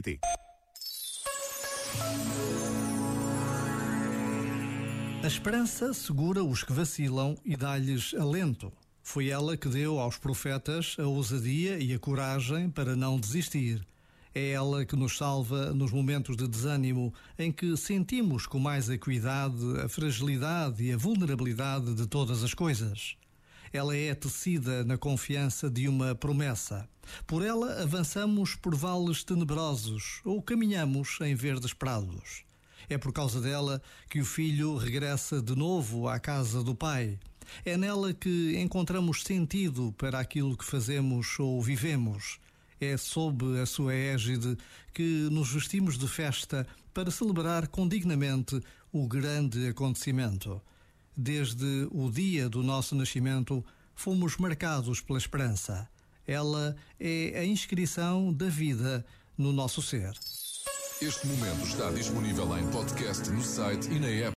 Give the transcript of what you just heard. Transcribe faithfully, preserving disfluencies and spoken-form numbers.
pt. A esperança segura os que vacilam e dá-lhes alento. Foi ela que deu aos profetas a ousadia e a coragem para não desistir. É ela que nos salva nos momentos de desânimo em que sentimos com mais acuidade a fragilidade e a vulnerabilidade de todas as coisas. Ela é tecida na confiança de uma promessa. Por ela avançamos por vales tenebrosos ou caminhamos em verdes prados. É por causa dela que o filho regressa de novo à casa do pai. É nela que encontramos sentido para aquilo que fazemos ou vivemos. É sob a sua égide que nos vestimos de festa para celebrar condignamente o grande acontecimento. Desde o dia do nosso nascimento, fomos marcados pela esperança. Ela é a inscrição da vida no nosso ser. Este momento está disponível em podcast no site e na app.